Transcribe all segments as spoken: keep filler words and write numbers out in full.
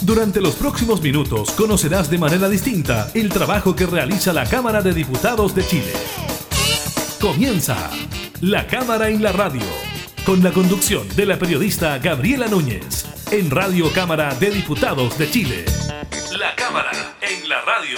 Durante los próximos minutos conocerás de manera distinta el trabajo que realiza la Cámara de Diputados de Chile. Comienza La Cámara en la Radio, con la conducción de la periodista Gabriela Núñez, en Radio Cámara de Diputados de Chile. La Cámara en la Radio.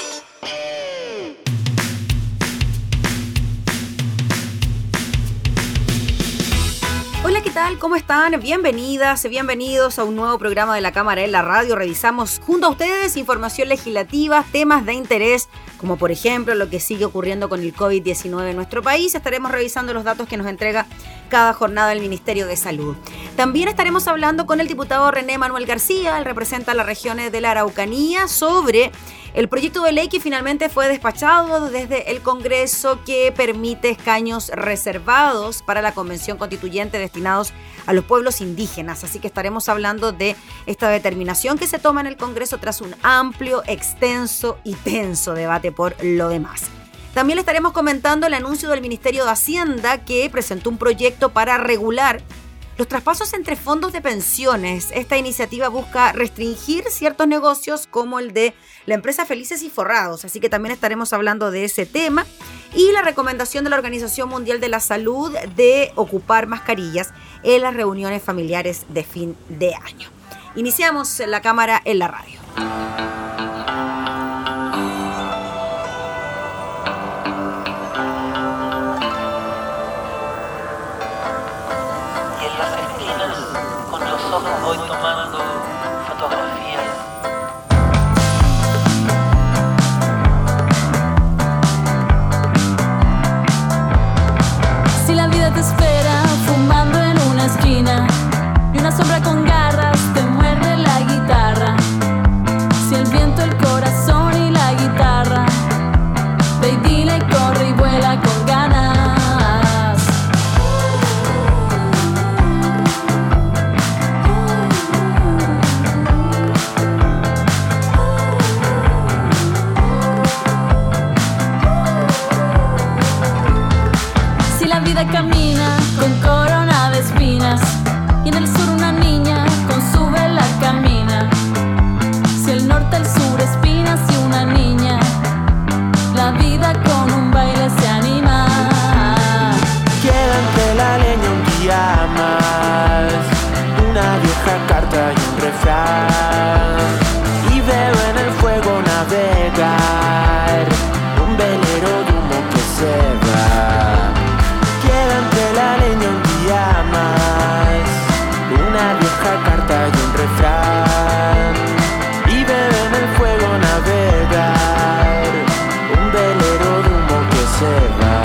Hola, ¿qué tal? ¿Cómo están? Bienvenidas y bienvenidos a un nuevo programa de La Cámara en la Radio. Revisamos junto a ustedes información legislativa, temas de interés, como por ejemplo lo que sigue ocurriendo con el COVID diecinueve en nuestro país. Estaremos revisando los datos que nos entrega cada jornada el Ministerio de Salud. También estaremos hablando con el diputado René Manuel García, él representa las regiones de la Araucanía, sobre el proyecto de ley que finalmente fue despachado desde el Congreso, que permite escaños reservados para la Convención Constituyente destinados a los pueblos indígenas. Así que estaremos hablando de esta determinación que se toma en el Congreso tras un amplio, extenso y tenso debate por lo demás. También le estaremos comentando el anuncio del Ministerio de Hacienda, que presentó un proyecto para regular los traspasos entre fondos de pensiones. Esta iniciativa busca restringir ciertos negocios como el de la empresa Felices y Forrados, así que también estaremos hablando de ese tema. Y la recomendación de la Organización Mundial de la Salud de ocupar mascarillas en las reuniones familiares de fin de año. Iniciamos La Cámara en la Radio. Voy tomando fotografías. Si la vida te espera fumando en una esquina y una sombra con garras te muerde la guitarra, si el viento, el corazón y la guitarra, ve y dile, corre y vuela con ganas. Camina con corona de espinas y en el sur una niña con su vela camina. Si el norte, el sur, espinas y una niña, la vida con un baile se anima. Queda entre la leña un día más, una vieja carta y un refrán, y veo en el fuego navegar un velero de humo que se va. Entre la leña un día más, una vieja carta y un refrán, y veo en el fuego navegar un velero de humo que se va.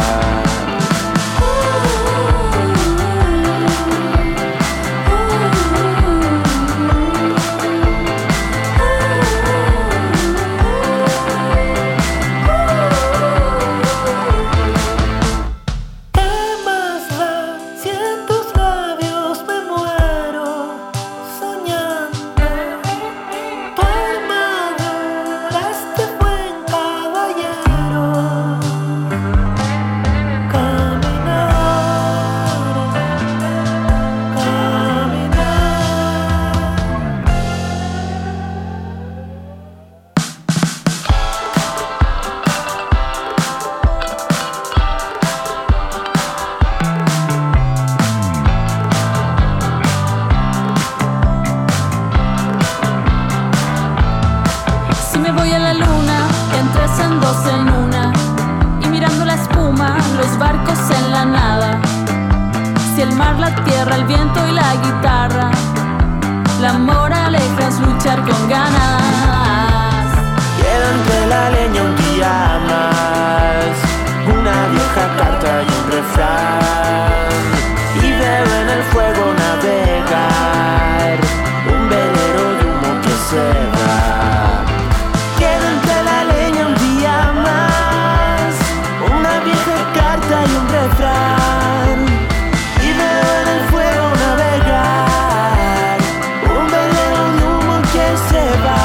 Se va.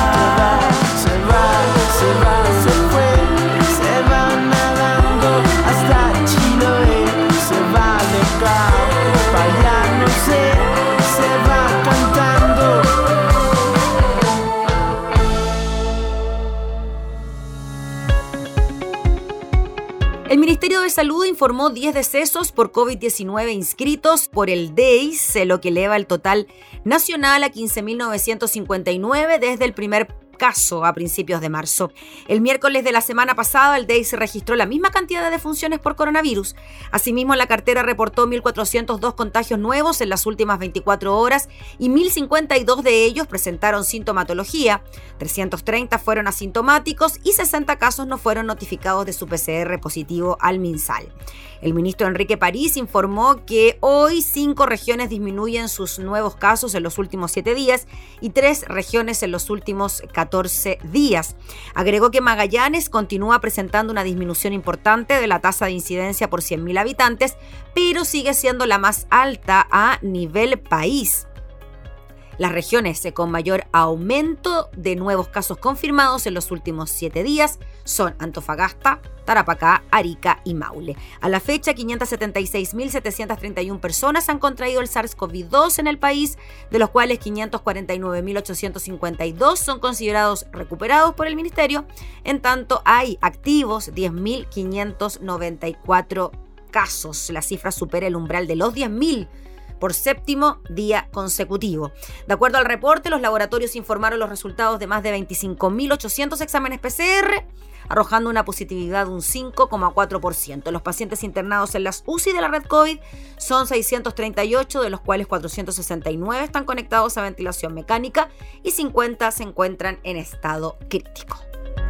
de Salud informó diez decesos por COVID diecinueve inscritos por el D E I S, lo que eleva el total nacional a quince mil novecientos cincuenta y nueve desde el primer caso a principios de marzo. El miércoles de la semana pasada, el D E I S registró la misma cantidad de defunciones por coronavirus. Asimismo, la cartera reportó mil cuatrocientos dos contagios nuevos en las últimas veinticuatro horas y mil cincuenta y dos de ellos presentaron sintomatología, trescientos treinta fueron asintomáticos y sesenta casos no fueron notificados de su P C R positivo al MinSal. El ministro Enrique París informó que hoy cinco regiones disminuyen sus nuevos casos en los últimos siete días y tres regiones en los últimos catorce días. Agregó que Magallanes continúa presentando una disminución importante de la tasa de incidencia por cien mil habitantes, pero sigue siendo la más alta a nivel país. Las regiones con mayor aumento de nuevos casos confirmados en los últimos siete días son Antofagasta, Tarapacá, Arica y Maule. A la fecha, quinientas setenta y seis mil setecientas treinta y una personas han contraído el SARS-CoV dos en el país, de los cuales quinientos cuarenta y nueve mil ochocientos cincuenta y dos son considerados recuperados por el Ministerio. En tanto, hay activos diez mil quinientos noventa y cuatro casos. La cifra supera el umbral de los diez mil por séptimo día consecutivo. De acuerdo al reporte, los laboratorios informaron los resultados de más de veinticinco mil ochocientos exámenes P C R, arrojando una positividad de un cinco coma cuatro por ciento. Los pacientes internados en las U C I de la red COVID son seiscientos treinta y ocho, de los cuales cuatrocientos sesenta y nueve están conectados a ventilación mecánica y cincuenta se encuentran en estado crítico.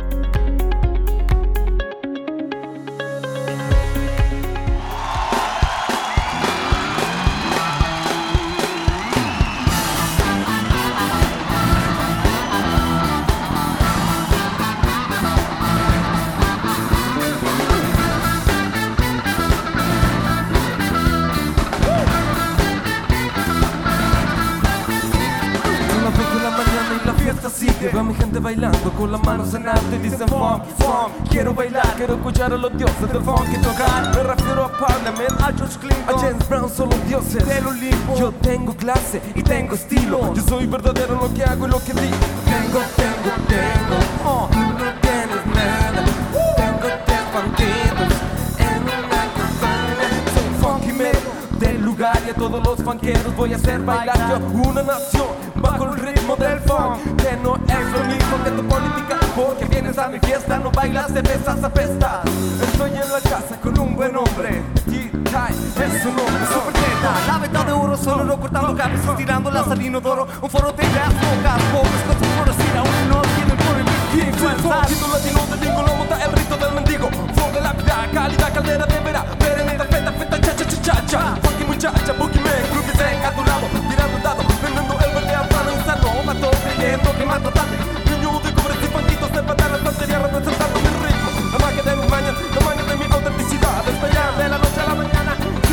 Sigue, veo a mi gente bailando con las manos en alto y dicen funk, funk. Quiero bailar, quiero escuchar a los dioses del funk y tocar. Me refiero a Parliament, a George Clinton, a James Brown, son los dioses del Olimpo. Yo tengo clase y tengo estilo. Yo soy verdadero en lo que hago y lo que digo. Tengo, tengo, tengo, oh, tú no tienes nada. Tengo tres funkitos en una campana. Soy funky medio del lugar y a todos los funkeros voy a hacer bailar yo una nación bajo el ritmo del funk, que no es lo mismo que tu política, porque vienes a mi fiesta, no bailas, te besas, apestas. Estoy en la casa con un buen hombre, G-Kai es su nombre. Super Teta, la veta de oro, solo cortando cabezas, tirando la salino d'oro, un foro de gas, pocas, pocas cosas por decir, aún no tienen por el influenza. Quito latino del bingo, lo monta el rito del mendigo, flow de la vida, calidad, caldera de vera, perenita, feta, feta, cha, cha, cha, cha, cha. Funky muchacha, boogie man, groovy zen, a tu lado, tirando dado, vendiendo el verde al plano insano, mato creyendo que mato tarde. Niño de cobres y panquitos de patana, santería representando mi ritmo. La magia de mi maña, la magia de mi autenticidad, despegar de la noche a la mañana. Sí,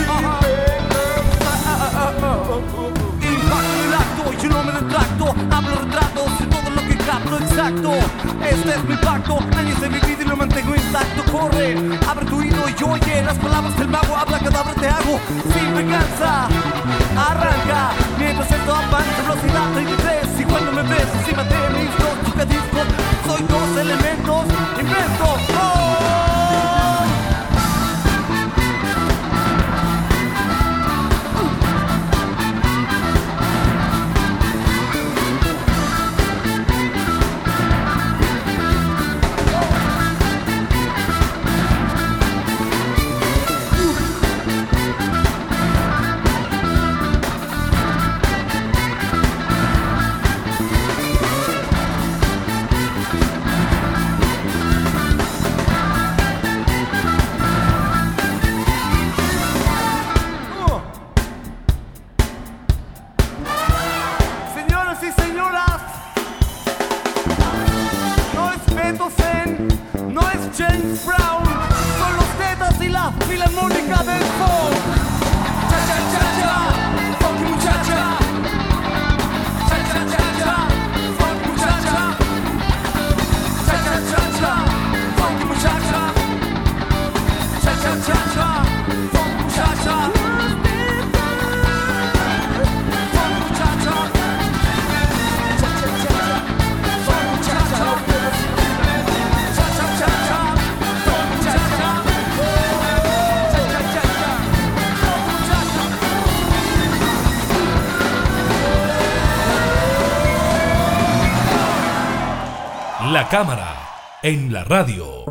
impacto el acto, yo no me retracto, hablo retratos y todo lo que capto exacto. Este es mi pacto, nadie se divide y lo mantengo intacto. Corre, abre tu oído y oye las palabras del mago, habla cadáver te hago sin venganza. Arranca, mientras esto avanza, velocidad treinta y tres. Y cuando me ves encima de mis dos tocadiscos, soy dos elementos, invento. ¡Oh! La cámara en la radio.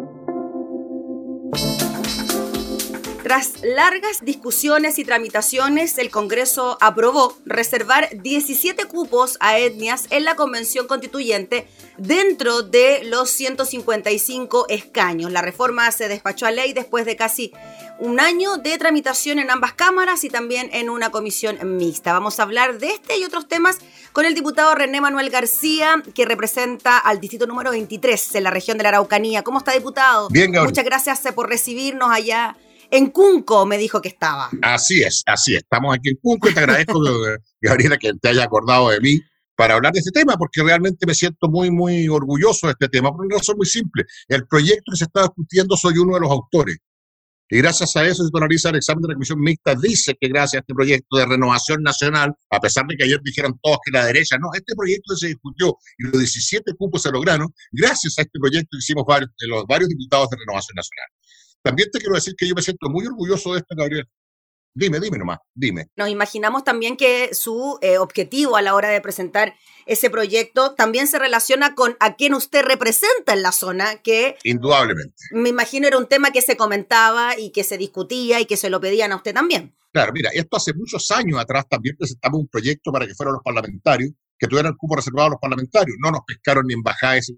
Tras largas discusiones y tramitaciones, el Congreso aprobó reservar diecisiete cupos a etnias en la Convención Constituyente dentro de los ciento cincuenta y cinco escaños. La reforma se despachó a ley después de casi un año de tramitación en ambas cámaras y también en una comisión mixta. Vamos a hablar de este y otros temas con el diputado René Manuel García, que representa al distrito número veintitrés en la región de la Araucanía. ¿Cómo está, diputado? Bien, Gabriel. Muchas gracias por recibirnos allá en Cunco, me dijo que estaba. Así es, así es. Estamos aquí en Cunco y te agradezco, Gabriela, que te haya acordado de mí para hablar de este tema, porque realmente me siento muy, muy orgulloso de este tema, por una razón muy simple. El proyecto que se está discutiendo, soy uno de los autores. Y gracias a eso, si tú analizas el examen de la comisión mixta, dice que gracias a este proyecto de renovación nacional, a pesar de que ayer dijeron todos que la derecha, no, este proyecto se discutió y los diecisiete cupos se lograron, gracias a este proyecto hicimos varios, los varios diputados de renovación nacional. También te quiero decir que yo me siento muy orgulloso de esto, Gabriel. Dime, dime nomás, dime. Nos imaginamos también que su eh, objetivo a la hora de presentar ese proyecto también se relaciona con a quién usted representa en la zona, que indudablemente. Me imagino era un tema que se comentaba y que se discutía y que se lo pedían a usted también. Claro, mira, esto hace muchos años atrás también presentamos un proyecto para que fueran los parlamentarios, que tuvieran el cupo reservado a los parlamentarios. No nos pescaron ni en bajadas.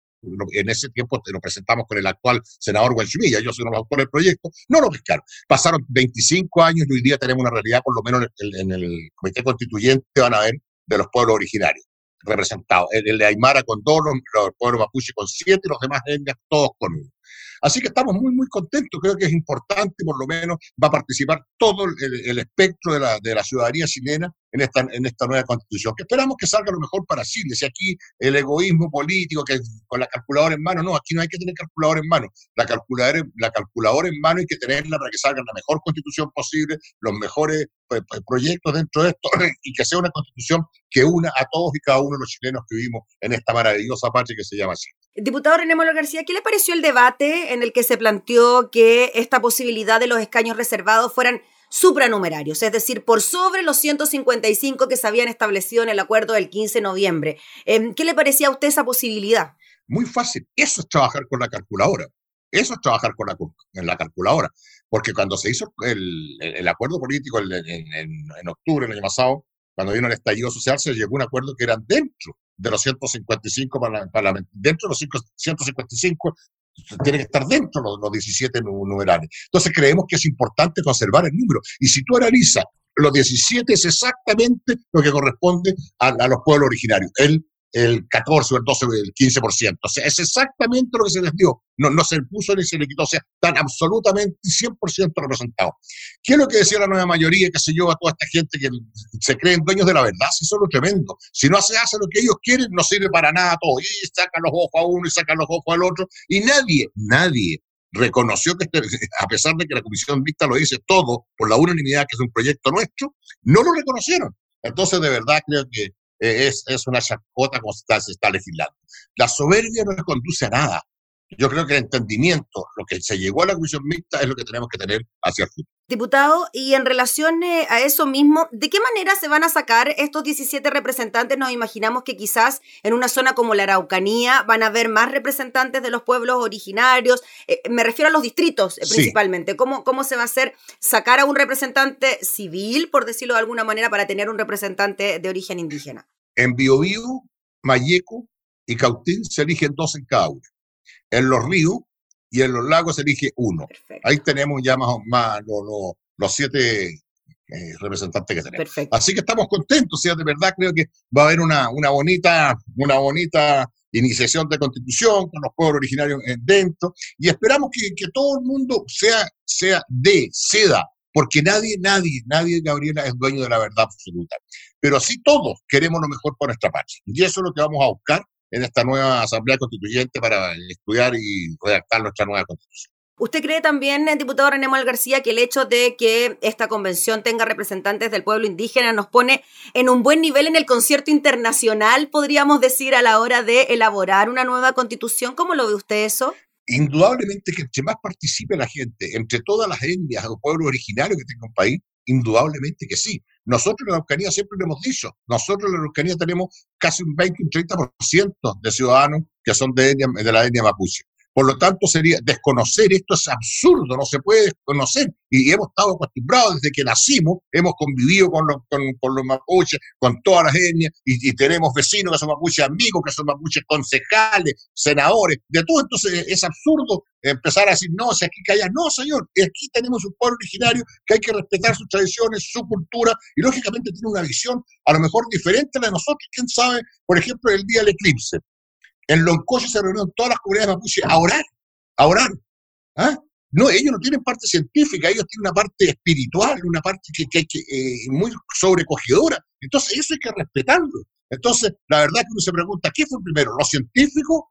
En ese tiempo lo presentamos con el actual senador Guanchumilla, yo soy uno de los autores del proyecto, no lo pescaron. Pasaron veinticinco años y hoy día tenemos una realidad, por lo menos en el, en el Comité Constituyente van a ver, de los pueblos originarios representados. El, el de Aymara con dos, los, los pueblos mapuche con siete y los demás etnias todos con uno. Así que estamos muy, muy contentos. Creo que es importante, por lo menos, va a participar todo el, el espectro de la, de la ciudadanía chilena en esta, en esta nueva constitución, que esperamos que salga lo mejor para Chile. Si aquí el egoísmo político, que con la calculadora en mano, no, aquí no hay que tener calculadora en mano. La calculadora, la calculadora en mano hay que tenerla para que salga la mejor constitución posible, los mejores pues, proyectos dentro de esto, y que sea una constitución que una a todos y cada uno de los chilenos que vivimos en esta maravillosa patria que se llama Chile. Diputado René Manuel García, ¿qué le pareció el debate en el que se planteó que esta posibilidad de los escaños reservados fueran supranumerarios, es decir, por sobre los ciento cincuenta y cinco que se habían establecido en el acuerdo del quince de noviembre? ¿Qué le parecía a usted esa posibilidad? Muy fácil, eso es trabajar con la calculadora, eso es trabajar con la, en la calculadora, porque cuando se hizo el, el, el acuerdo político en, en, en octubre del año pasado, cuando vino el estallido social, se llegó a un acuerdo que eran dentro de los ciento cincuenta y cinco, para, para, dentro de los ciento cincuenta y cinco, tiene que estar dentro de los, los diecisiete numerales. Entonces creemos que es importante conservar el número. Y si tú analizas, los diecisiete es exactamente lo que corresponde a, a los pueblos originarios. El, el catorce, o el doce, o el quince por ciento. O sea, es exactamente lo que se les dio. No, no se puso ni se le quitó. O sea, están absolutamente cien por ciento representados. ¿Qué es lo que decía la nueva mayoría, qué sé yo, a toda esta gente que se creen dueños de la verdad? Si son lo tremendo. Si no se hace lo que ellos quieren, no sirve para nada todo. Y sacan los ojos a uno y sacan los ojos al otro. Y nadie, nadie reconoció que, este, a pesar de que la comisión mixta lo dice todo por la unanimidad que es un proyecto nuestro, no lo reconocieron. Entonces, de verdad, creo que Es, es una chacota como se está, se está legislando. La soberbia no conduce a nada. Yo creo que el entendimiento, lo que se llegó a la comisión mixta, es lo que tenemos que tener hacia el futuro. Diputado, y en relación eh, a eso mismo, ¿de qué manera se van a sacar estos diecisiete representantes? Nos imaginamos que quizás en una zona como la Araucanía van a haber más representantes de los pueblos originarios. Eh, me refiero a los distritos eh, principalmente. Sí. ¿Cómo, ¿Cómo se va a hacer sacar a un representante civil, por decirlo de alguna manera, para tener un representante de origen indígena? En Biobío, Mayeco y Cautín se eligen dos en cada uno. En los ríos y en los lagos se elige uno. Perfecto. Ahí tenemos ya más, más los, los, los siete eh, representantes que tenemos. Perfecto. Así que estamos contentos, o sea, de verdad creo que va a haber una, una, bonita, una bonita iniciación de constitución con los pueblos originarios dentro y esperamos que, que todo el mundo sea, sea de, ceda, porque nadie, nadie, nadie, Gabriela, es dueño de la verdad absoluta. Pero sí todos queremos lo mejor para nuestra patria. Y eso es lo que vamos a buscar en esta nueva Asamblea Constituyente para estudiar y redactar nuestra nueva Constitución. ¿Usted cree también, diputado René Manuel García, que el hecho de que esta convención tenga representantes del pueblo indígena nos pone en un buen nivel en el concierto internacional, podríamos decir, a la hora de elaborar una nueva Constitución? ¿Cómo lo ve usted eso? Indudablemente que entre más participe la gente, entre todas las etnias o pueblos originarios que tenga un país, indudablemente que sí. Nosotros en la Araucanía siempre lo hemos dicho, nosotros en la Araucanía tenemos casi un veinte, un treinta por ciento de ciudadanos que son de, etnia, de la etnia mapuche. Por lo tanto, sería desconocer, esto es absurdo, no se puede desconocer. Y hemos estado acostumbrados desde que nacimos, hemos convivido con los, con, con los mapuches, con todas las etnias, y, y tenemos vecinos que son mapuches amigos, que son mapuches concejales, senadores, de todo. Entonces es absurdo empezar a decir, no, si aquí que allá, no, señor, aquí tenemos un pueblo originario que hay que respetar sus tradiciones, su cultura, y lógicamente tiene una visión a lo mejor diferente a la de nosotros. ¿Quién sabe? Por ejemplo, el día del eclipse. En Loncoche se reunieron todas las comunidades mapuches a orar, a orar. ¿Ah? No, ellos no tienen parte científica, ellos tienen una parte espiritual, una parte que, que, que eh, muy sobrecogedora. Entonces, eso hay que respetarlo. Entonces, la verdad que uno se pregunta, ¿qué fue primero, lo científico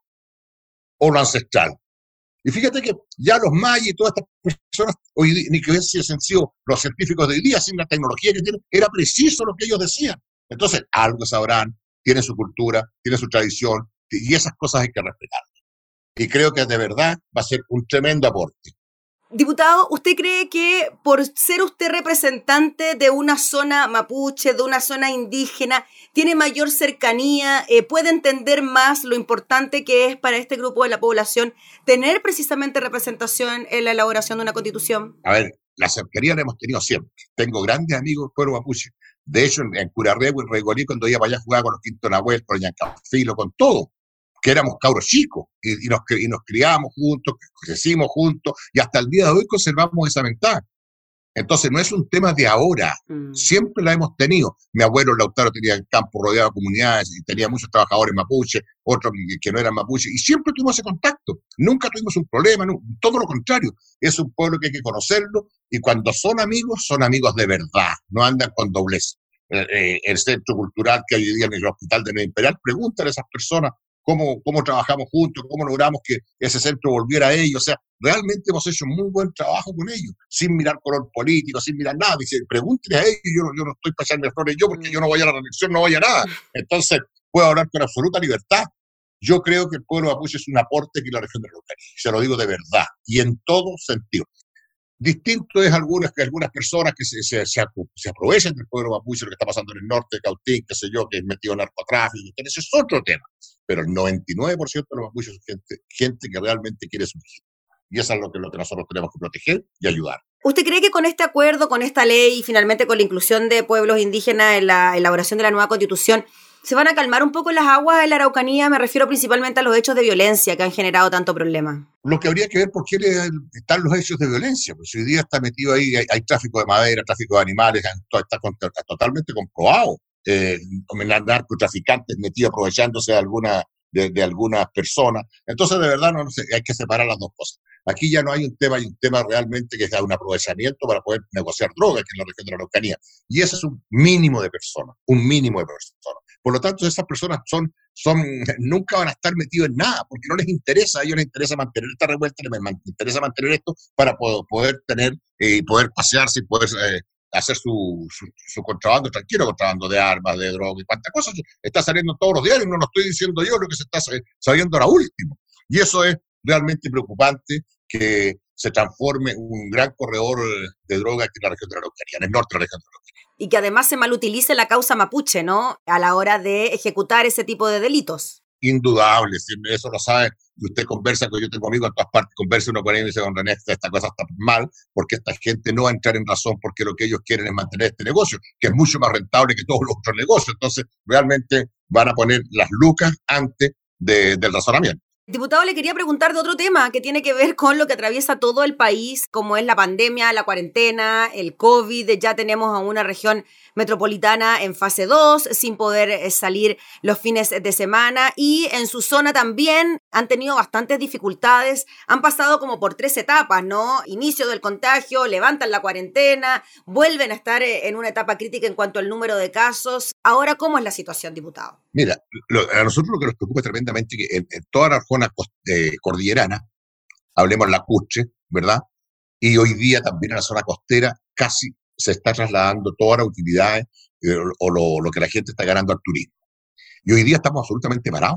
o lo ancestral? Y fíjate que ya los mayas y todas estas personas, hoy, ni que hubiesen sido los científicos de hoy día, sin la tecnología que tienen, era preciso lo que ellos decían. Entonces, algo sabrán, tienen su cultura, tienen su tradición, y esas cosas hay que respetarlas. Y creo que de verdad va a ser un tremendo aporte. Diputado, ¿usted cree que por ser usted representante de una zona mapuche, de una zona indígena, tiene mayor cercanía, eh, puede entender más lo importante que es para este grupo de la población tener precisamente representación en la elaboración de una constitución? A ver, la cercanía la hemos tenido siempre. Tengo grandes amigos del pueblo mapuche. De hecho, en, en Curarrehue, en Regolí, cuando iba para allá jugaba con los Quinto Nahuel, con Yancafilo, con todo, que éramos cabros chicos, y, y, nos, y nos criábamos juntos, crecimos juntos, y hasta el día de hoy conservamos esa ventaja. Entonces, no es un tema de ahora, mm. siempre la hemos tenido. Mi abuelo Lautaro tenía el campo rodeado de comunidades, y tenía muchos trabajadores mapuche, otros que no eran mapuche, y siempre tuvimos ese contacto. Nunca tuvimos un problema, no, todo lo contrario. Es un pueblo que hay que conocerlo, y cuando son amigos, son amigos de verdad, no andan con doblez. Eh, eh, el centro cultural que hay hoy día en el Hospital de Nueva Imperial, pregúntale a esas personas cómo, cómo trabajamos juntos, cómo logramos que ese centro volviera a ellos. O sea, realmente hemos hecho un muy buen trabajo con ellos, sin mirar color político, sin mirar nada. Dice, pregúntele a ellos, yo, yo no estoy para echarme flores yo, porque yo no voy a la reelección, no voy a nada. Entonces, puedo hablar con absoluta libertad. Yo creo que el pueblo mapuche es un aporte que la región de la Araucanía, se lo digo de verdad, y en todo sentido. Distinto es algunas, que algunas personas que se, se, se, se aprovechan del pueblo mapuche, lo que está pasando en el norte de Cautín, qué sé yo, que es metido en narcotráfico, ese es otro tema. Pero el noventa y nueve por ciento de los mapuches son gente, gente que realmente quiere surgir. Y eso es lo que, lo que nosotros tenemos que proteger y ayudar. ¿Usted cree que con este acuerdo, con esta ley y finalmente con la inclusión de pueblos indígenas en la elaboración de la nueva constitución, se van a calmar un poco las aguas de la Araucanía? Me refiero principalmente a los hechos de violencia que han generado tanto problema. Lo que habría que ver por qué están los hechos de violencia. Pues hoy día está metido ahí, hay, hay tráfico de madera, tráfico de animales, está, está, está totalmente comprobado. Eh, narcotraficantes metidos aprovechándose de, alguna, de, de algunas personas. Entonces, de verdad, no, no sé, hay que separar las dos cosas. Aquí ya no hay un tema, hay un tema realmente que es un aprovechamiento para poder negociar drogas, que es la región de la Araucanía. Y ese es un mínimo de personas, un mínimo de personas. Por lo tanto, esas personas son, son, nunca van a estar metidos en nada, porque no les interesa, a ellos les interesa mantener esta revuelta, les interesa mantener esto para poder, poder tener y eh, poder pasearse y poder eh, hacer su, su, su contrabando tranquilo, contrabando de armas, de drogas y cuantas cosas. Está saliendo todos los diarios, no lo estoy diciendo yo, lo que se está sabiendo ahora último. Y eso es realmente preocupante, que se transforme un gran corredor de drogas aquí en la región de la Araucanía, en el norte de la región de la Araucanía. Y que además se malutilice la causa mapuche, ¿no?, a la hora de ejecutar ese tipo de delitos. Indudable, eso lo sabe. Usted conversa, que yo tengo amigos en todas partes, conversa uno con ellos y dice, don René, esta cosa está mal, porque esta gente no va a entrar en razón, porque lo que ellos quieren es mantener este negocio, que es mucho más rentable que todos los otros negocios. Entonces, realmente van a poner las lucas antes de, del razonamiento. Diputado, le quería preguntar de otro tema que tiene que ver con lo que atraviesa todo el país, como es la pandemia, la cuarentena, el COVID. Ya tenemos a una región metropolitana en fase dos, sin poder salir los fines de semana, y en su zona también han tenido bastantes dificultades. Han pasado como por tres etapas, ¿no? Inicio del contagio, levantan la cuarentena, vuelven a estar en una etapa crítica en cuanto al número de casos. Ahora, ¿cómo es la situación, diputado? Mira, lo, a nosotros lo que nos preocupa tremendamente es que en, en toda la zona eh, cordillerana, hablemos la Cuche, ¿verdad? Y hoy día también en la zona costera casi se está trasladando todas las utilidades eh, o lo, lo que la gente está ganando al turismo. Y hoy día estamos absolutamente parados,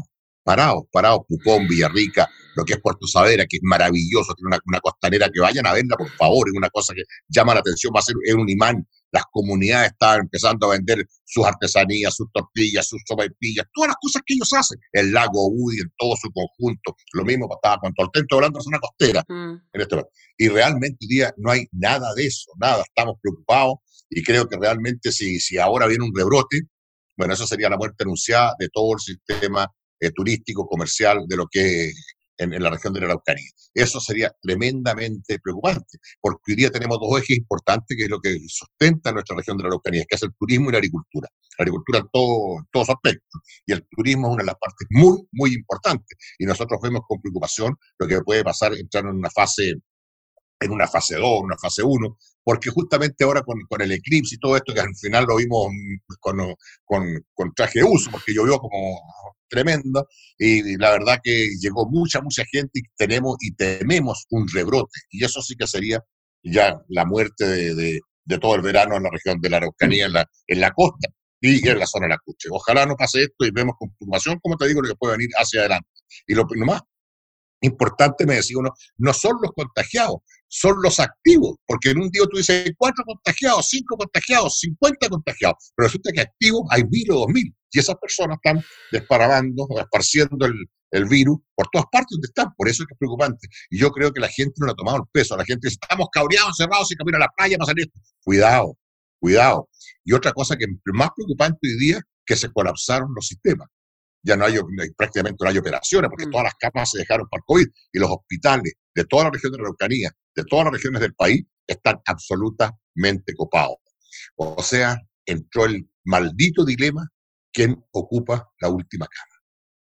parados, parados, Pucón, Villarrica, lo que es Puerto Saavedra, que es maravilloso, tiene una, una costanera, que vayan a verla, por favor, es una cosa que llama la atención, va a ser es un imán. Las comunidades están empezando a vender sus artesanías, sus tortillas, sus sopaipillas, todas las cosas que ellos hacen. El lago Udi en todo su conjunto, lo mismo pasaba con Tolten, hablando de una costera. Mm. En este momento. Y realmente hoy día no hay nada de eso, nada, estamos preocupados y creo que realmente si, si ahora viene un rebrote, bueno, eso sería la muerte anunciada de todo el sistema eh, turístico, comercial, de lo que En, en la región de la Araucanía. Eso sería tremendamente preocupante, porque hoy día tenemos dos ejes importantes que es lo que sustenta nuestra región de la Araucanía, que es el turismo y la agricultura. La agricultura en todo, todos sus aspectos, y el turismo es una de las partes muy, muy importantes, y nosotros vemos con preocupación lo que puede pasar, entrar en una fase en una fase dos, una fase uno, porque justamente ahora con, con el eclipse y todo esto, que al final lo vimos con, con, con traje de uso, porque llovió como tremendo, y la verdad que llegó mucha, mucha gente y tenemos y tememos un rebrote, y eso sí que sería ya la muerte de, de, de todo el verano en la región de la Araucanía, en la, en la costa y en la zona de la Cuche. Ojalá no pase esto y vemos con preocupación, como te digo, lo que puede venir hacia adelante. Y lo más importante, me decía uno, no son los contagiados, son los activos, porque en un día tú dices cuatro contagiados, cinco contagiados, cincuenta contagiados, pero resulta que activos hay mil o dos mil, y esas personas están desparramando, esparciendo el, el virus por todas partes donde están, por eso es que es preocupante, y yo creo que la gente no le ha tomado el peso, la gente dice, estamos cabreados, cerrados, sin caminar a la playa para salir esto, cuidado, cuidado, y otra cosa que es más preocupante hoy día, que se colapsaron los sistemas. Ya no hay, prácticamente no hay operaciones, porque mm. todas las camas se dejaron para el COVID, y los hospitales de toda la región de la Araucanía, de todas las regiones del país, están absolutamente copados. O sea, entró el maldito dilema, ¿quién ocupa la última cama?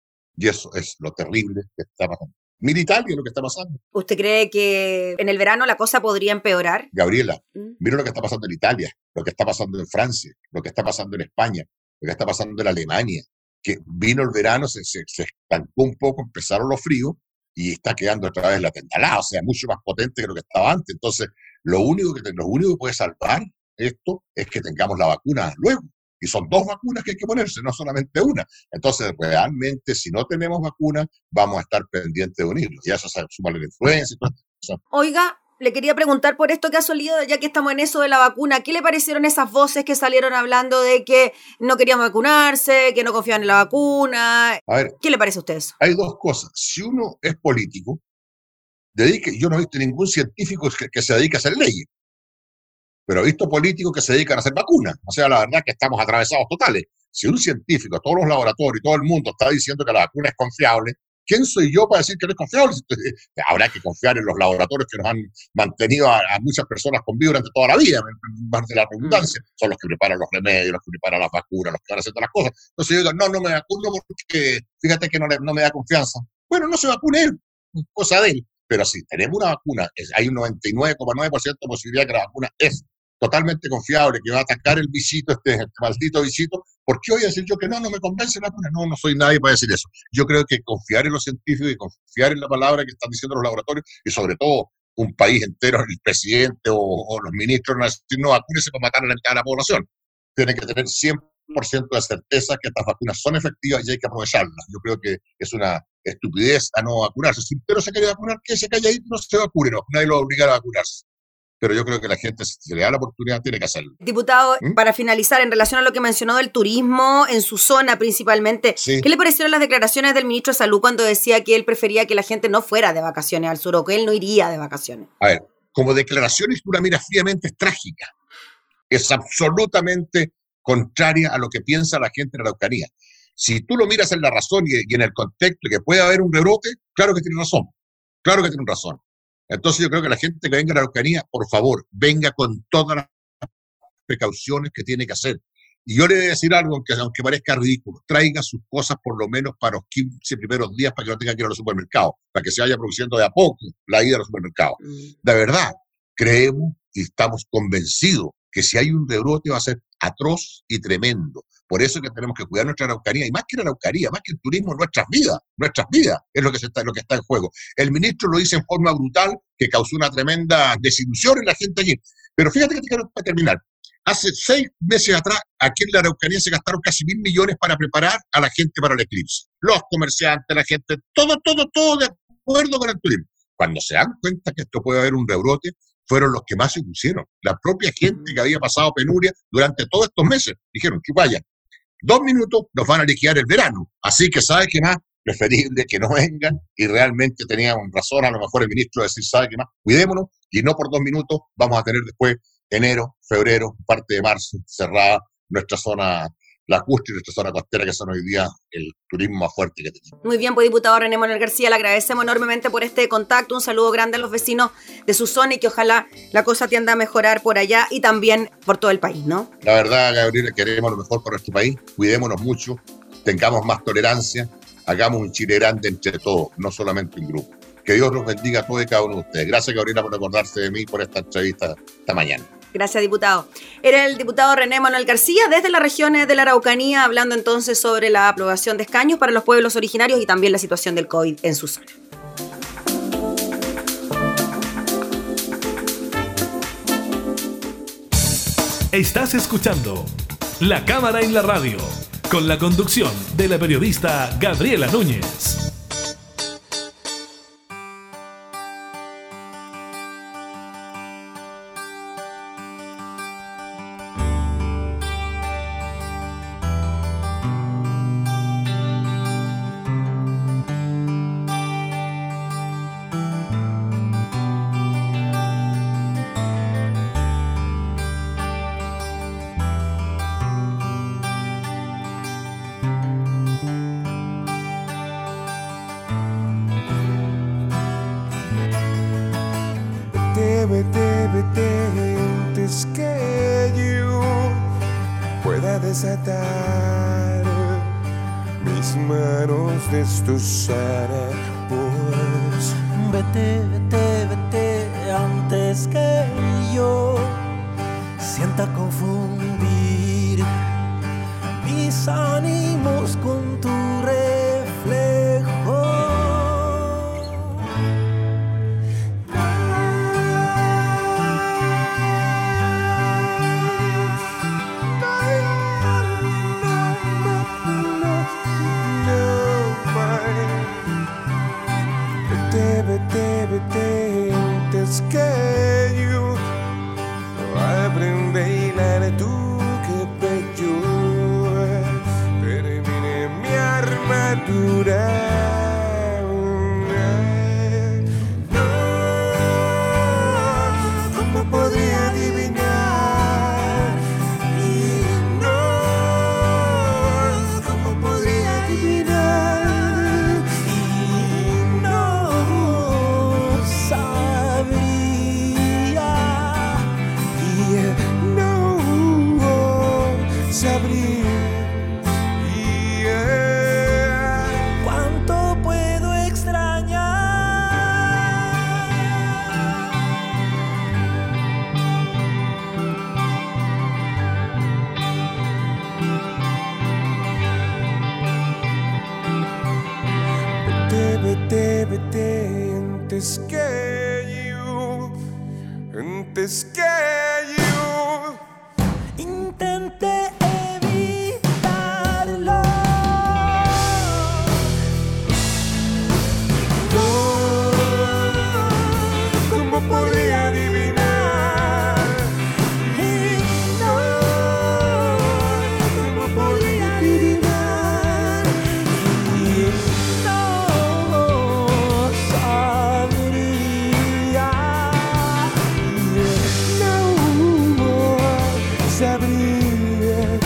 Y eso es lo terrible que está pasando. Mira Italia lo que está pasando. ¿Usted cree que en el verano la cosa podría empeorar? Gabriela, mm. mira lo que está pasando en Italia, lo que está pasando en Francia, lo que está pasando en España, lo que está pasando en Alemania, que vino el verano, se, se, se estancó un poco, empezaron los fríos y está quedando otra vez la tendalada, o sea, mucho más potente que lo que estaba antes. Entonces, lo único que, lo único que puede salvar esto es que tengamos la vacuna luego. Y son dos vacunas que hay que ponerse, no solamente una. Entonces, realmente, si no tenemos vacuna, vamos a estar pendientes de unirnos. Y eso se suma la influencia y todo eso. Oiga, le quería preguntar por esto que ha salido, ya que estamos en eso de la vacuna, ¿qué le parecieron esas voces que salieron hablando de que no querían vacunarse, que no confían en la vacuna? A ver, ¿qué le parece a usted eso? Hay dos cosas. Si uno es político, dedique, yo no he visto ningún científico que, que se dedique a hacer leyes, pero he visto políticos que se dedican a hacer vacunas. O sea, la verdad que estamos atravesados totales. Si un científico, todos los laboratorios, todo el mundo está diciendo que la vacuna es confiable, ¿quién soy yo para decir que no es confiable? Habrá que confiar en los laboratorios que nos han mantenido a, a muchas personas con vida durante toda la vida, más de la redundancia. Son los que preparan los remedios, los que preparan las vacunas, los que van haciendo las cosas. Entonces yo digo, no, no me vacuno porque fíjate que no, le, no me da confianza. Bueno, no se vacune él, cosa de él. Pero si tenemos una vacuna, es, hay un noventa y nueve coma nueve por ciento de posibilidad de que la vacuna es totalmente confiable, que va a atacar el bichito, este, este maldito bichito. ¿Por qué voy a decir yo que no, no me convence la vacuna? No, no soy nadie para decir eso. Yo creo que confiar en los científicos y confiar en la palabra que están diciendo los laboratorios, y sobre todo un país entero, el presidente o, o los ministros, no decir, no, vacúnese para matar a la mitad de la población. Tienen que tener cien por ciento de certeza que estas vacunas son efectivas y hay que aprovecharlas. Yo creo que es una estupidez a no vacunarse. Si usted no se quiere vacunar, que se calle ahí, no se vacune, no, nadie lo va a obligar a vacunarse. Pero yo creo que la gente, si se le da la oportunidad, tiene que hacerlo. Diputado, ¿Mm? para finalizar, en relación a lo que mencionó del turismo en su zona principalmente, sí. ¿qué le parecieron las declaraciones del ministro de Salud cuando decía que él prefería que la gente no fuera de vacaciones al sur o que él no iría de vacaciones? A ver, como declaraciones, tú la miras fríamente, es trágica. Es absolutamente contraria a lo que piensa la gente en la Araucanía. Si tú lo miras en la razón y, y en el contexto que puede haber un rebrote, claro que tiene razón. Claro que tiene razón. Entonces yo creo que la gente que venga a la Araucanía, por favor, venga con todas las precauciones que tiene que hacer. Y yo le voy a decir algo, aunque, aunque parezca ridículo, traiga sus cosas por lo menos para los quince primeros días para que no tenga que ir a los supermercados, para que se vaya produciendo de a poco la ida a los supermercados. Mm. De verdad, creemos y estamos convencidos que si hay un rebrote va a ser atroz y tremendo. Por eso es que tenemos que cuidar nuestra Araucanía, y más que la Araucanía, más que el turismo, nuestras vidas, nuestras vidas es lo que, se está, lo que está en juego. El ministro lo dice en forma brutal, que causó una tremenda desilusión en la gente allí. Pero fíjate que te quiero terminar. Hace seis meses atrás, aquí en la Araucanía se gastaron casi mil millones para preparar a la gente para el eclipse. Los comerciantes, la gente, todo, todo, todo de acuerdo con el turismo. Cuando se dan cuenta que esto puede haber un rebrote, fueron los que más se pusieron. La propia gente que había pasado penuria durante todos estos meses. Dijeron, chupaya, dos minutos nos van a liquidar el verano. Así que, ¿sabe qué más? Preferible que no vengan, y realmente tenían razón a lo mejor el ministro de decir, ¿sabe qué más? Cuidémonos, y no por dos minutos vamos a tener después enero, febrero, parte de marzo, cerrada nuestra zona lacustre y nuestra zona costera, que son hoy día el turismo más fuerte que tenemos. Muy bien, pues diputado René Manuel García, le agradecemos enormemente por este contacto, un saludo grande a los vecinos de su zona y que ojalá la cosa tienda a mejorar por allá y también por todo el país, ¿no? La verdad, Gabriela, queremos lo mejor para nuestro país, cuidémonos mucho, tengamos más tolerancia, hagamos un Chile grande entre todos, no solamente un grupo. Que Dios los bendiga a todos y cada uno de ustedes. Gracias, Gabriela, por acordarse de mí por esta entrevista esta mañana. Gracias, diputado. Era el diputado René Manuel García desde las regiones de la Araucanía, hablando entonces sobre la aprobación de escaños para los pueblos originarios y también la situación del COVID en su zona. Estás escuchando La Cámara en la Radio, con la conducción de la periodista Gabriela Núñez. Vete, vete, antes que yo pueda desatar mis manos destrozadas. Pues vete, vete, vete, antes que yo sienta confundir mis ánimos con tu reflejo. Vete, vete, antes que yo aprende a tu que bello termine mi armadura. No, ¿cómo podría adivinar? Y no, ¿cómo podría adivinar? Y no sabría, y no sabría. ¿Cuánto puedo extrañar? Vete, vete, vete, antes que yo, antes que yo intenté evitarlo. ¿Cómo podría adivinar? Y no, ¿cómo podría adivinar? Y no sabría, y no sabría.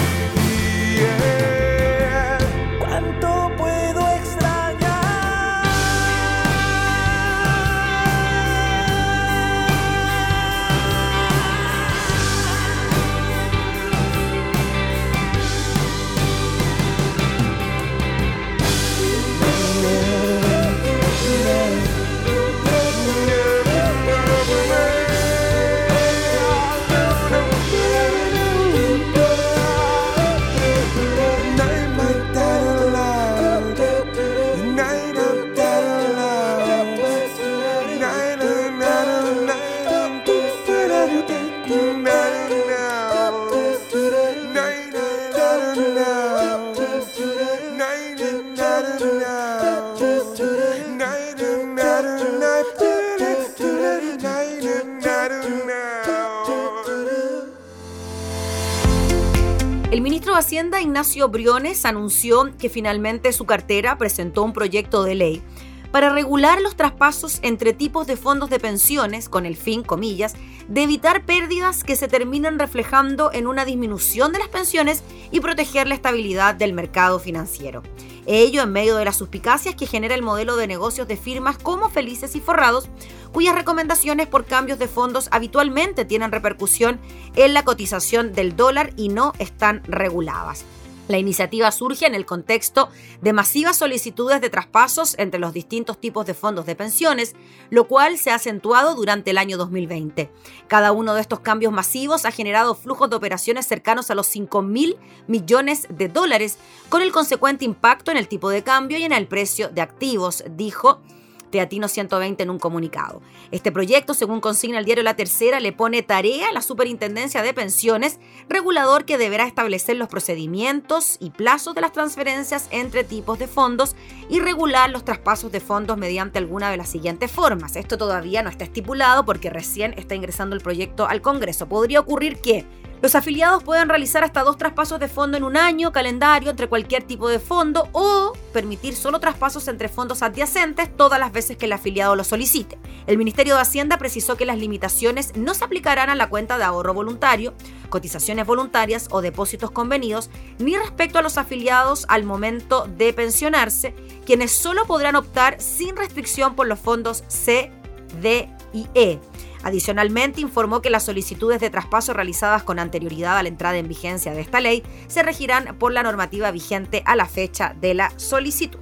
de Hacienda, Ignacio Briones, anunció que finalmente su cartera presentó un proyecto de ley para regular los traspasos entre tipos de fondos de pensiones con el fin, comillas, de evitar pérdidas que se terminen reflejando en una disminución de las pensiones y proteger la estabilidad del mercado financiero. Ello en medio de las suspicacias que genera el modelo de negocios de firmas como Felices y Forrados, cuyas recomendaciones por cambios de fondos habitualmente tienen repercusión en la cotización del dólar y no están reguladas. La iniciativa surge en el contexto de masivas solicitudes de traspasos entre los distintos tipos de fondos de pensiones, lo cual se ha acentuado durante el año dos mil veinte. Cada uno de estos cambios masivos ha generado flujos de operaciones cercanos a los cinco mil millones de dólares, con el consecuente impacto en el tipo de cambio y en el precio de activos, dijo Teatino ciento veinte en un comunicado. Este proyecto, según consigna el diario La Tercera, le pone tarea a la Superintendencia de Pensiones, regulador que deberá establecer los procedimientos y plazos de las transferencias entre tipos de fondos y regular los traspasos de fondos mediante alguna de las siguientes formas. Esto todavía no está estipulado porque recién está ingresando el proyecto al Congreso. Podría ocurrir que los afiliados puedan realizar hasta dos traspasos de fondo en un año, calendario, entre cualquier tipo de fondo, o permitir solo traspasos entre fondos adyacentes todas las veces que el afiliado lo solicite. El Ministerio de Hacienda precisó que las limitaciones no se aplicarán a la cuenta de ahorro voluntario, cotizaciones voluntarias o depósitos convenidos, ni respecto a los afiliados al momento de pensionarse, quienes solo podrán optar sin restricción por los fondos C, D y E. Adicionalmente, informó que las solicitudes de traspaso realizadas con anterioridad a la entrada en vigencia de esta ley se regirán por la normativa vigente a la fecha de la solicitud.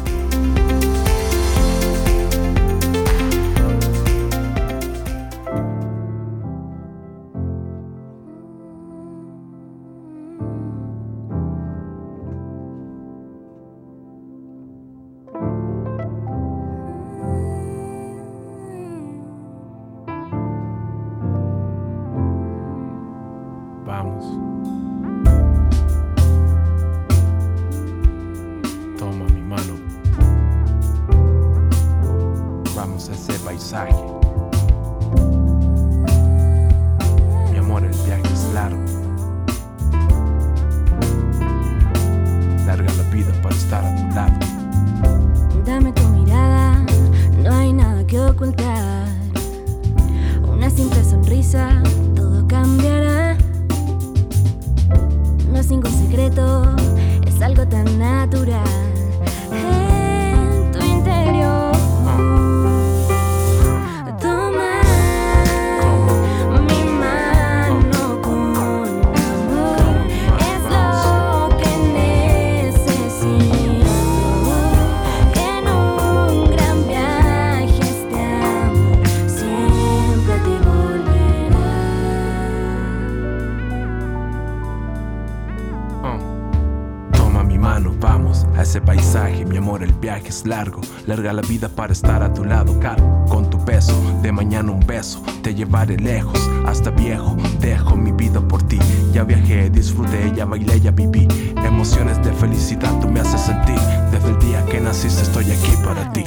Mi amor, el viaje es largo. Larga la vida para estar a tu lado. Dame tu mirada, no hay nada que ocultar. Una simple sonrisa, todo cambiará. No es ningún secreto, es algo tan natural. En tu interior ese paisaje, mi amor, el viaje es largo. Larga la vida para estar a tu lado, cargo con tu peso. De mañana un beso, te llevaré lejos, hasta viejo. Dejo mi vida por ti. Ya viajé, disfruté, ya bailé, ya viví. Emociones de felicidad tú me haces sentir. Desde el día que naciste estoy aquí para ti.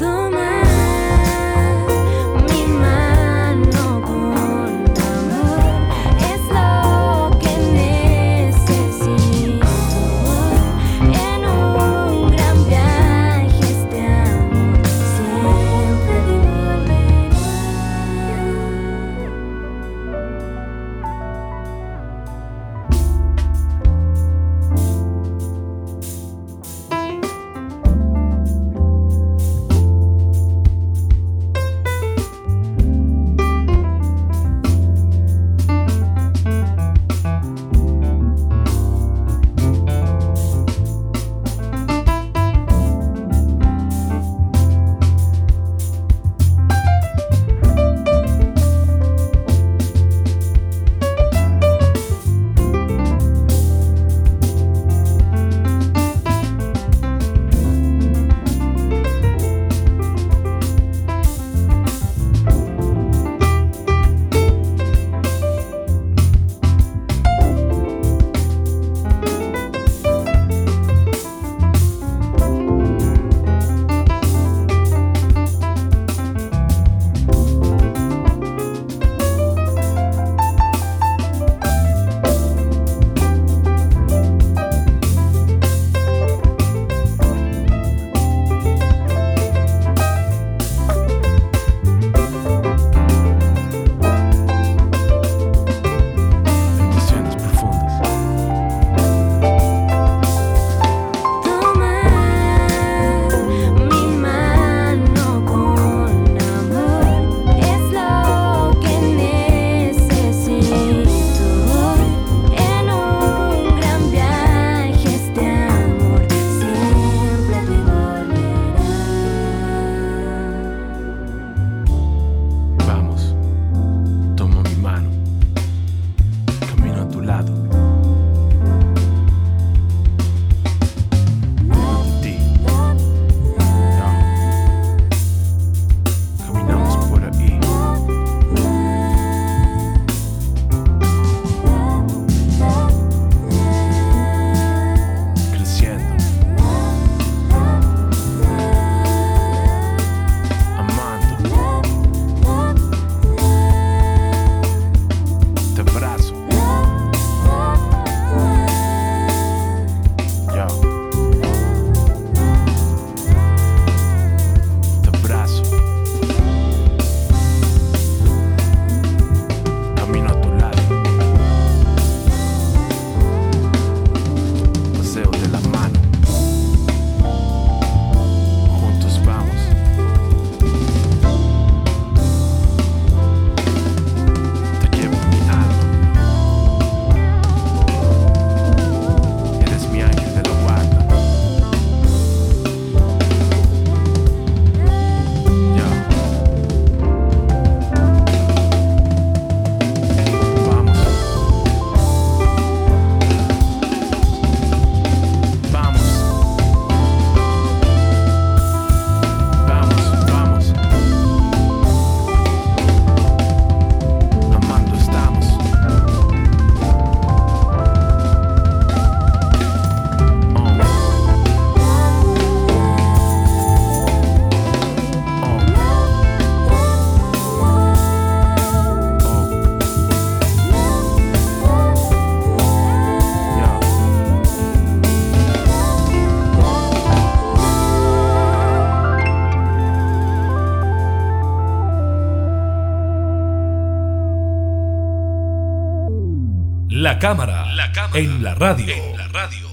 La cámara, la cámara en la radio. En la radio.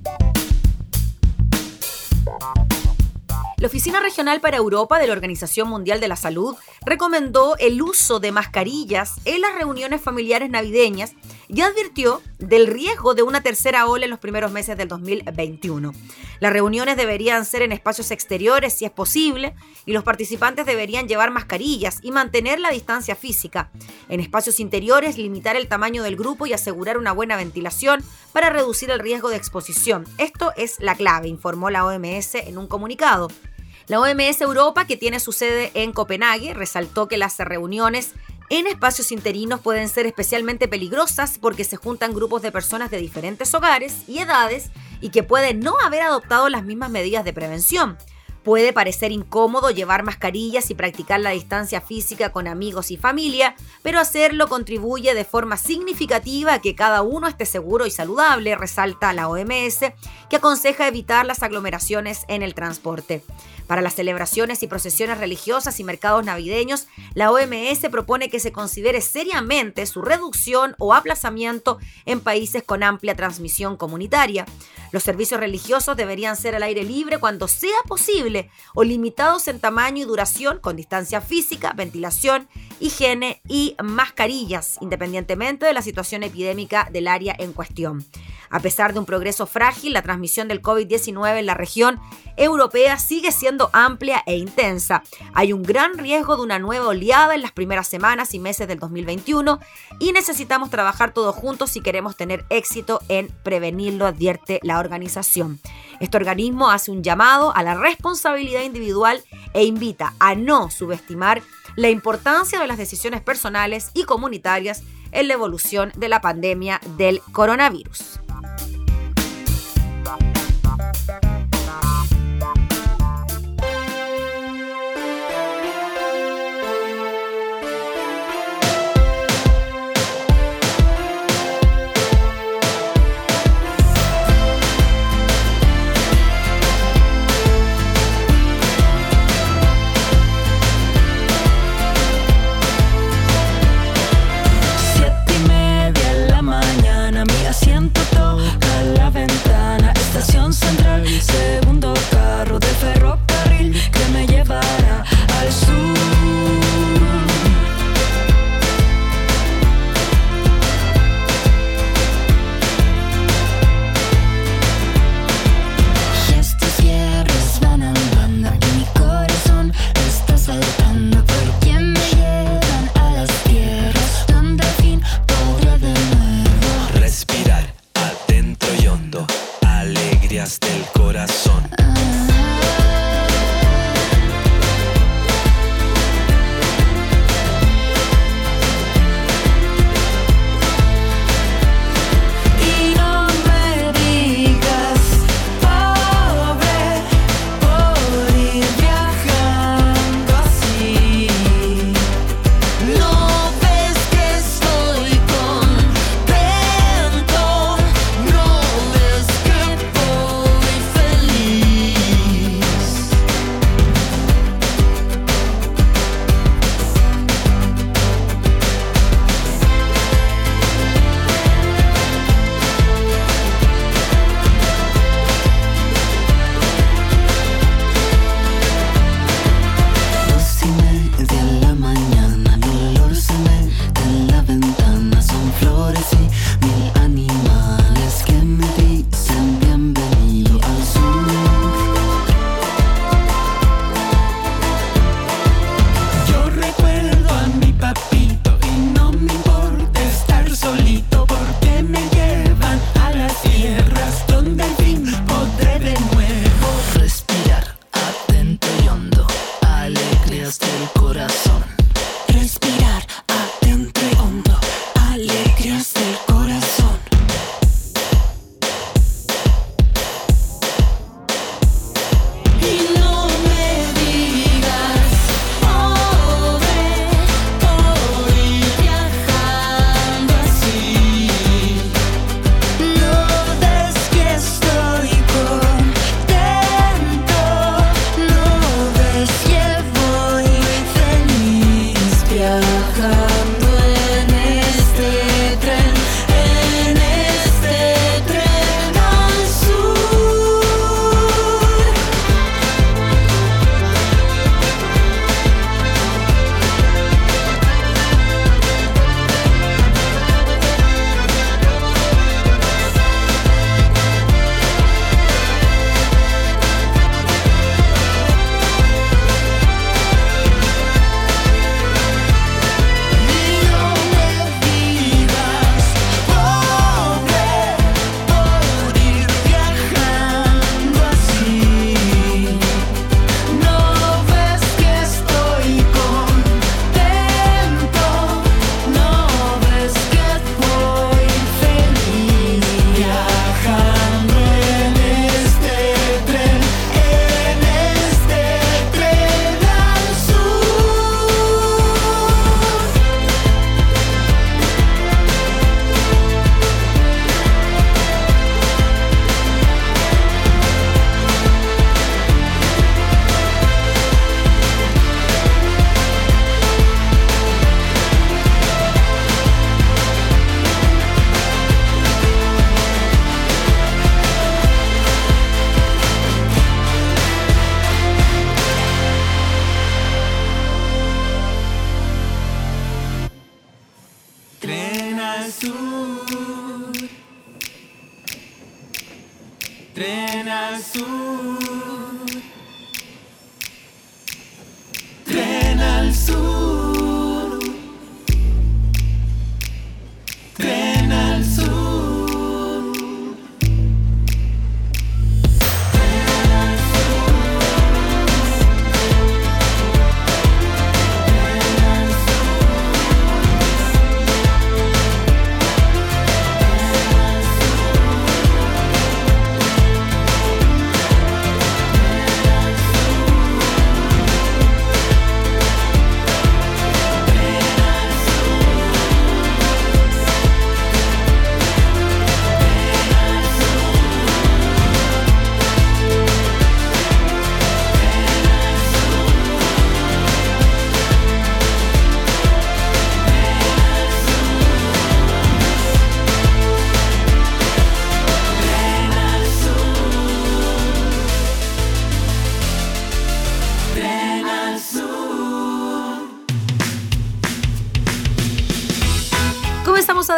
La Oficina Regional para Europa de la Organización Mundial de la Salud recomendó el uso de mascarillas en las reuniones familiares navideñas y advirtió del riesgo de una tercera ola en los primeros meses del dos mil veintiuno. Las reuniones deberían ser en espacios exteriores si es posible y los participantes deberían llevar mascarillas y mantener la distancia física. En espacios interiores, limitar el tamaño del grupo y asegurar una buena ventilación para reducir el riesgo de exposición. Esto es la clave, informó la O M S en un comunicado. La O M S Europa, que tiene su sede en Copenhague, resaltó que las reuniones en espacios interinos pueden ser especialmente peligrosas porque se juntan grupos de personas de diferentes hogares y edades y que pueden no haber adoptado las mismas medidas de prevención. Puede parecer incómodo llevar mascarillas y practicar la distancia física con amigos y familia, pero hacerlo contribuye de forma significativa a que cada uno esté seguro y saludable, resalta la O M S, que aconseja evitar las aglomeraciones en el transporte. Para las celebraciones y procesiones religiosas y mercados navideños, la O M S propone que se considere seriamente su reducción o aplazamiento en países con amplia transmisión comunitaria. Los servicios religiosos deberían ser al aire libre cuando sea posible o limitados en tamaño y duración con distancia física, ventilación, higiene y mascarillas, independientemente de la situación epidémica del área en cuestión. A pesar de un progreso frágil, la transmisión del COVID diecinueve en la región europea sigue siendo amplia e intensa. Hay un gran riesgo de una nueva oleada en las primeras semanas y meses del dos mil veintiuno y necesitamos trabajar todos juntos si queremos tener éxito en prevenirlo, advierte la organización. Este organismo hace un llamado a la responsabilidad individual e invita a no subestimar la importancia de las decisiones personales y comunitarias en la evolución de la pandemia del coronavirus. Siento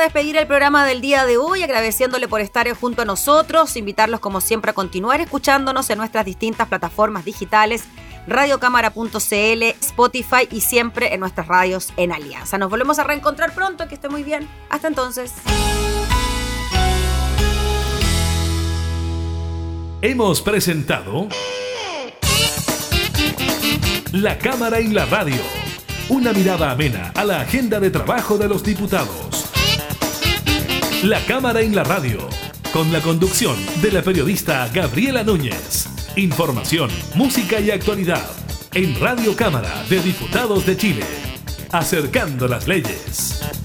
despedir el programa del día de hoy agradeciéndole por estar junto a nosotros, invitarlos como siempre a continuar escuchándonos en nuestras distintas plataformas digitales, radiocámara punto c l, Spotify y siempre en nuestras radios en Alianza. Nos volvemos a reencontrar pronto, que esté muy bien. Hasta entonces. Hemos presentado La Cámara en la Radio, una mirada amena a la agenda de trabajo de los diputados. La Cámara en la Radio, con la conducción de la periodista Gabriela Núñez. Información, música y actualidad en Radio Cámara de Diputados de Chile, acercando las leyes.